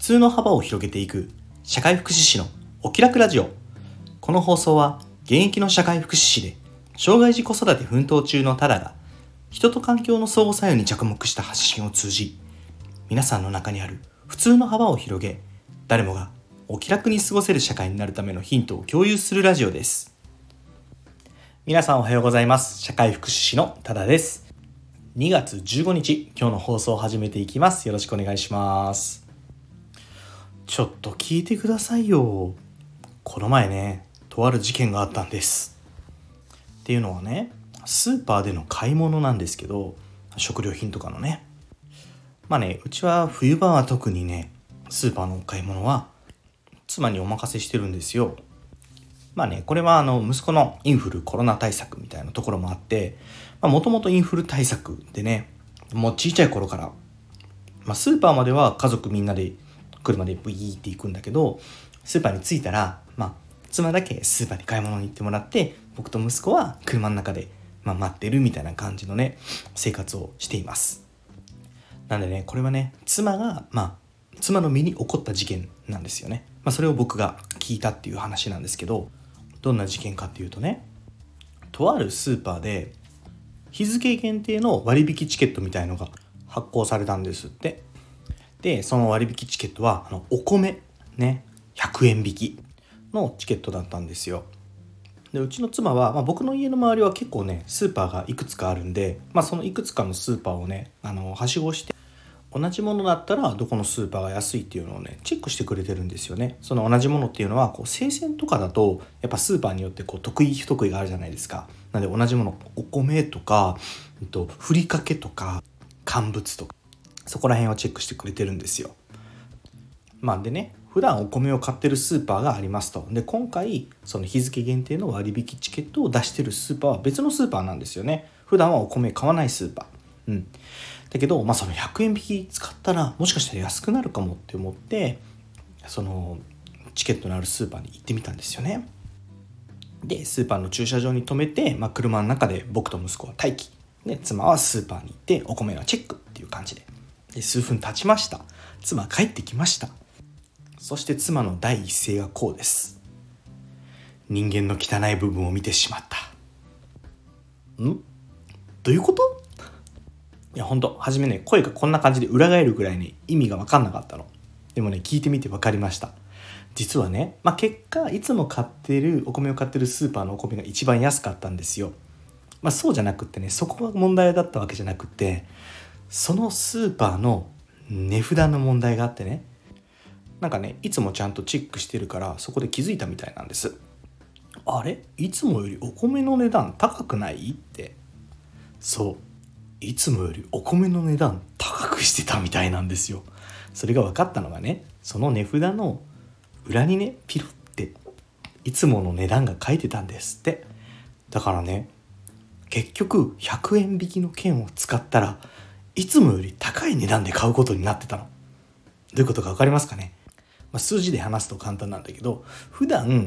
通の幅を広げていく社会福祉士のお気楽ラジオ。この放送は現役の社会福祉士で障害児子育て奮闘中のタダが人と環境の相互作用に着目した発信を通じ、皆さんの中にある普通の幅を広げ、誰もがお気楽に過ごせる社会になるためのヒントを共有するラジオです。皆さんおはようございます。社会福祉士のタダです。2月15日、今日の放送を始めていきます。よろしくお願いします。ちょっと聞いてくださいよ。この前ね、とある事件があったんです。っていうのはね、スーパーでの買い物なんですけど、食料品とかのね。うちは冬場は特にね、スーパーのお買い物は妻にお任せしてるんですよ。これは息子のインフルコロナ対策みたいなところもあって、もともとインフル対策でね、もう小さい頃から、スーパーまでは家族みんなで車でブイーって行くんだけど、スーパーに着いたら、妻だけスーパーに買い物に行ってもらって、僕と息子は車の中で、待ってるみたいな感じのね、生活をしています。なんでね、これはね、妻の身に起こった事件なんですよね。それを僕が聞いたっていう話なんですけど、どんな事件かっていうとね、とあるスーパーで日付限定の割引チケットみたいのが発行されたんですって。で、その割引チケットはお米ね、100円引きのチケットだったんですよ。で、うちの妻は、僕の家の周りは結構ね、スーパーがいくつかあるんで、そのいくつかのスーパーをね、はしごして同じものだったらどこのスーパーが安いっていうのをねチェックしてくれてるんですよね。その同じものっていうのは生鮮とかだとやっぱスーパーによって得意不得意があるじゃないですか。なので同じものお米とかふりかけとか乾物とかそこら辺をチェックしてくれてるんですよ。でね、普段お米を買ってるスーパーがありますと。で、今回その日付限定の割引チケットを出してるスーパーは別のスーパーなんですよね。普段はお米買わないスーパー。だけど、その100円引き使ったらもしかしたら安くなるかもって思って、そのチケットのあるスーパーに行ってみたんですよね。で、スーパーの駐車場に停めて、車の中で僕と息子は待機で、妻はスーパーに行ってお米はチェックっていう感じで、数分経ちました。妻帰ってきました。そして妻の第一声がこうです。人間の汚い部分を見てしまった。どういうこと？いや、ほんと初めね、声がこんな感じで裏返るぐらいに意味が分かんなかったの。でもね、聞いてみて分かりました。実はね、結果いつもお米を買ってるスーパーのお米が一番安かったんですよ。そうじゃなくってね、そこが問題だったわけじゃなくて、そのスーパーの値札の問題があってね、いつもちゃんとチェックしてるからそこで気づいたみたいなんです。あれ、いつもよりお米の値段高くないって。そう、いつもよりお米の値段高くしてたみたいなんですよ。それが分かったのがね、その値札の裏にね、ピロっていつもの値段が書いてたんですって。だからね、結局100円引きの券を使ったらいつもより高い値段で買うことになってたの。どういうことか分かりますかね。数字で話すと簡単なんだけど、普段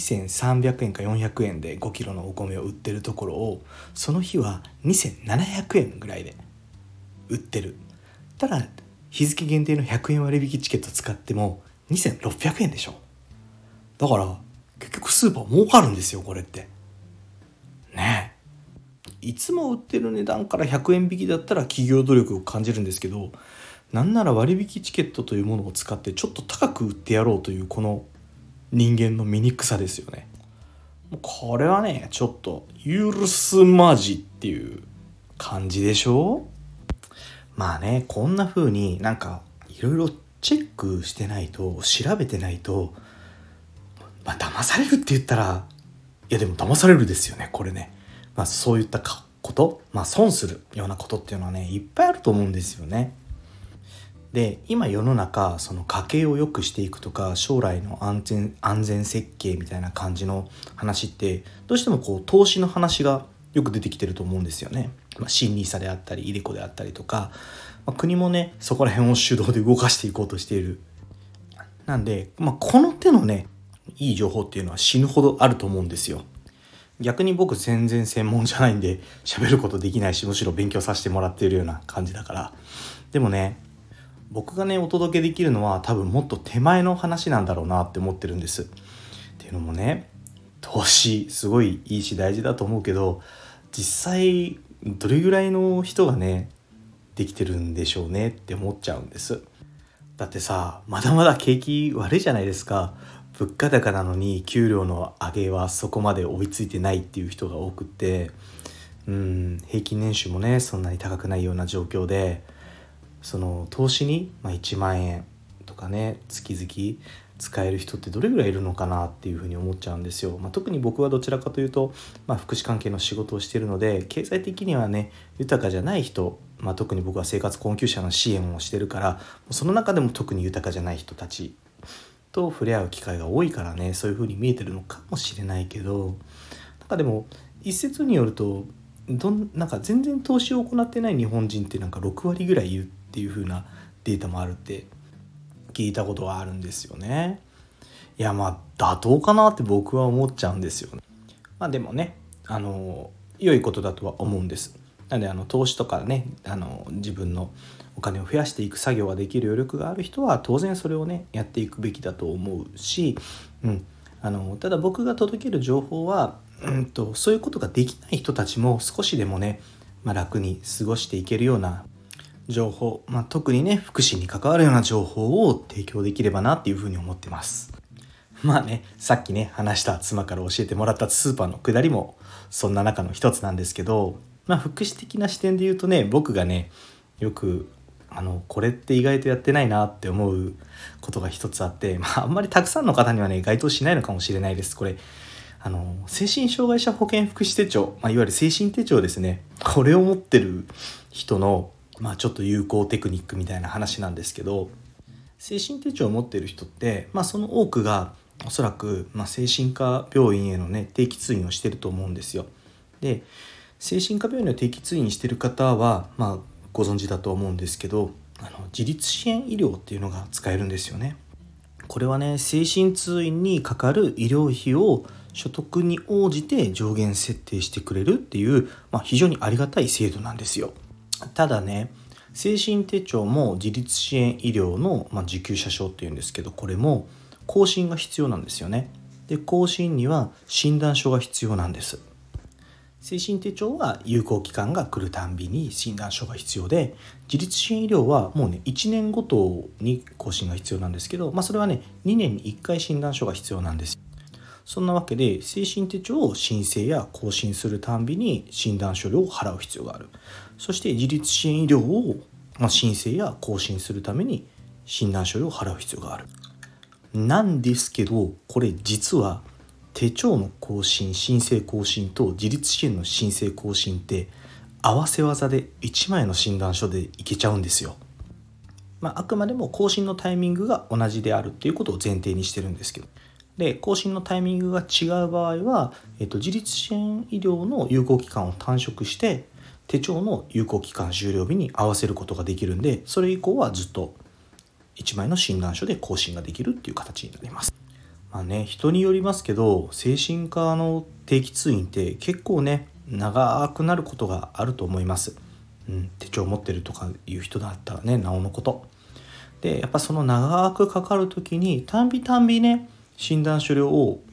2300円か400円で5キロのお米を売ってるところを、その日は2700円ぐらいで売ってる。ただ日付限定の100円割引チケット使っても2600円でしょ。だから結局スーパー儲かるんですよ、これってね。いつも売ってる値段から100円引きだったら企業努力を感じるんですけど、なんなら割引チケットというものを使ってちょっと高く売ってやろうというこの人間の醜さですよね。これはね、ちょっと許すまじっていう感じでしょ。こんな風にいろいろチェックしてないと、調べてないと、騙されるって言ったら、いやでも騙されるですよね、これね。そういったこと、損するようなことっていうのはね、いっぱいあると思うんですよね。で、今世の中、その家計を良くしていくとか、将来の安全設計みたいな感じの話って、どうしても投資の話がよく出てきてると思うんですよね。新NISAであったり、iDeCoであったりとか、国もね、そこら辺を主導で動かしていこうとしている。なんで、この手のね、いい情報っていうのは死ぬほどあると思うんですよ。逆に僕全然専門じゃないんで喋ることできないし、むしろ勉強させてもらっているような感じだから。でもね、 僕がねお届けできるのは多分もっと手前の話なんだろうなって思ってるんです。っていうのもね、投資すごいいいし大事だと思うけど、実際どれぐらいの人がねできてるんでしょうねって思っちゃうんです。だってさ、まだまだ景気悪いじゃないですか。物価高なのに給料の上げはそこまで追いついてないっていう人が多くって、平均年収もねそんなに高くないような状況で、その投資に、1万円とかね月々使える人ってどれぐらいいるのかなっていうふうに思っちゃうんですよ。特に僕はどちらかというと、福祉関係の仕事をしているので、経済的にはね豊かじゃない人、特に僕は生活困窮者の支援をしてるから、その中でも特に豊かじゃない人たちと触れ合う機会が多いからね、そういうふうに見えてるのかもしれないけど、でも一説によると全然投資を行ってない日本人って6割ぐらいいるっていう風なデータもあるって聞いたことがあるんですよね。いや妥当かなって僕は思っちゃうんですよね。でもね良いことだとは思うんです。なので投資とかね自分のお金を増やしていく作業ができる余力がある人は当然それをねやっていくべきだと思うし、ただ僕が届ける情報はそういうことができない人たちも少しでもね、楽に過ごしていけるような情報、特にね福祉に関わるような情報を提供できればなっていうふうに思ってます。さっきね話した妻から教えてもらったスーパーの下りもそんな中の一つなんですけど、福祉的な視点で言うとね、僕がねよくこれって意外とやってないなって思うことが一つあって、あんまりたくさんの方にはね該当しないのかもしれないです。これ精神障害者保健福祉手帳、いわゆる精神手帳ですね。これを持ってる人のちょっと有効テクニックみたいな話なんですけど、精神手帳を持ってる人って、その多くがおそらく、精神科病院へのね定期通院をしてると思うんですよ。で、精神科病院の定期通院してる方は、ご存知だと思うんですけど、自立支援医療っていうのが使えるんですよね。これはね精神通院にかかる医療費を所得に応じて上限設定してくれるっていう、非常にありがたい制度なんですよ。ただね、精神手帳も自立支援医療の、受給者証っていうんですけど、これも更新が必要なんですよね。で、更新には診断書が必要なんです。精神手帳は有効期間が来るたんびに診断書が必要で、自立支援医療はもうね1年ごとに更新が必要なんですけど、それはね2年に1回診断書が必要なんです。そんなわけで精神手帳を申請や更新するたんびに診断書料を払う必要がある。そして自立支援医療を申請や更新するために診断書料を払う必要がある。なんですけど、これ実は手帳の更新、申請更新と自立支援の申請更新って合わせ技で1枚の診断書でいけちゃうんですよ。あくまでも更新のタイミングが同じであるっていうことを前提にしてるんですけど、で更新のタイミングが違う場合は、自立支援医療の有効期間を短縮して手帳の有効期間終了日に合わせることができるんで、それ以降はずっと1枚の診断書で更新ができるっていう形になります。人によりますけど、精神科の定期通院って結構ね長くなることがあると思います。手帳持ってるとかいう人だったらねなおのこと。でやっぱその長くかかる時にたんびね診断書料を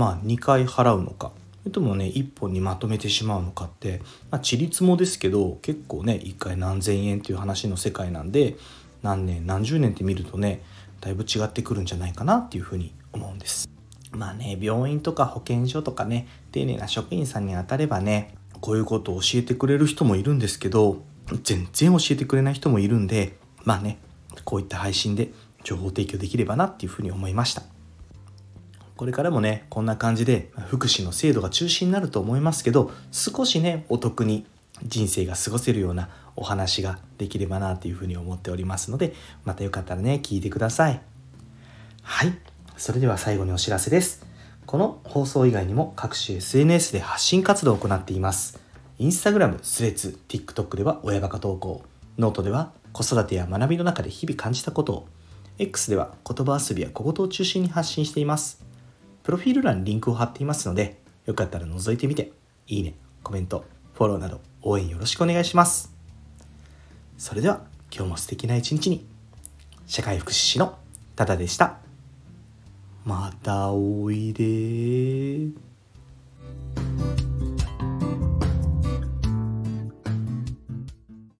2回払うのか、それともね1本にまとめてしまうのかって、ちりつもですけど結構ね1回何千円っていう話の世界なんで、何年何十年って見るとねだいぶ違ってくるんじゃないかなっていうふうに思うんです。病院とか保健所とかね丁寧な職員さんに当たればねこういうことを教えてくれる人もいるんですけど、全然教えてくれない人もいるんで、こういった配信で情報提供できればなっていうふうに思いました。これからもねこんな感じで福祉の制度が中心になると思いますけど、少しねお得に人生が過ごせるようなお話ができればなというふうに思っておりますので、またよかったらね聞いてください。はい、それでは最後にお知らせです。この放送以外にも各種 SNS で発信活動を行っています。インスタグラム、スレッズ、TikTok では親バカ投稿、ノートでは子育てや学びの中で日々感じたことを、X では言葉遊びや小言を中心に発信しています。プロフィール欄にリンクを貼っていますので、よかったら覗いてみて、いいね、コメント、フォローなど応援よろしくお願いします。それでは今日も素敵な一日に。 社会福祉士のタダでした。またおいで。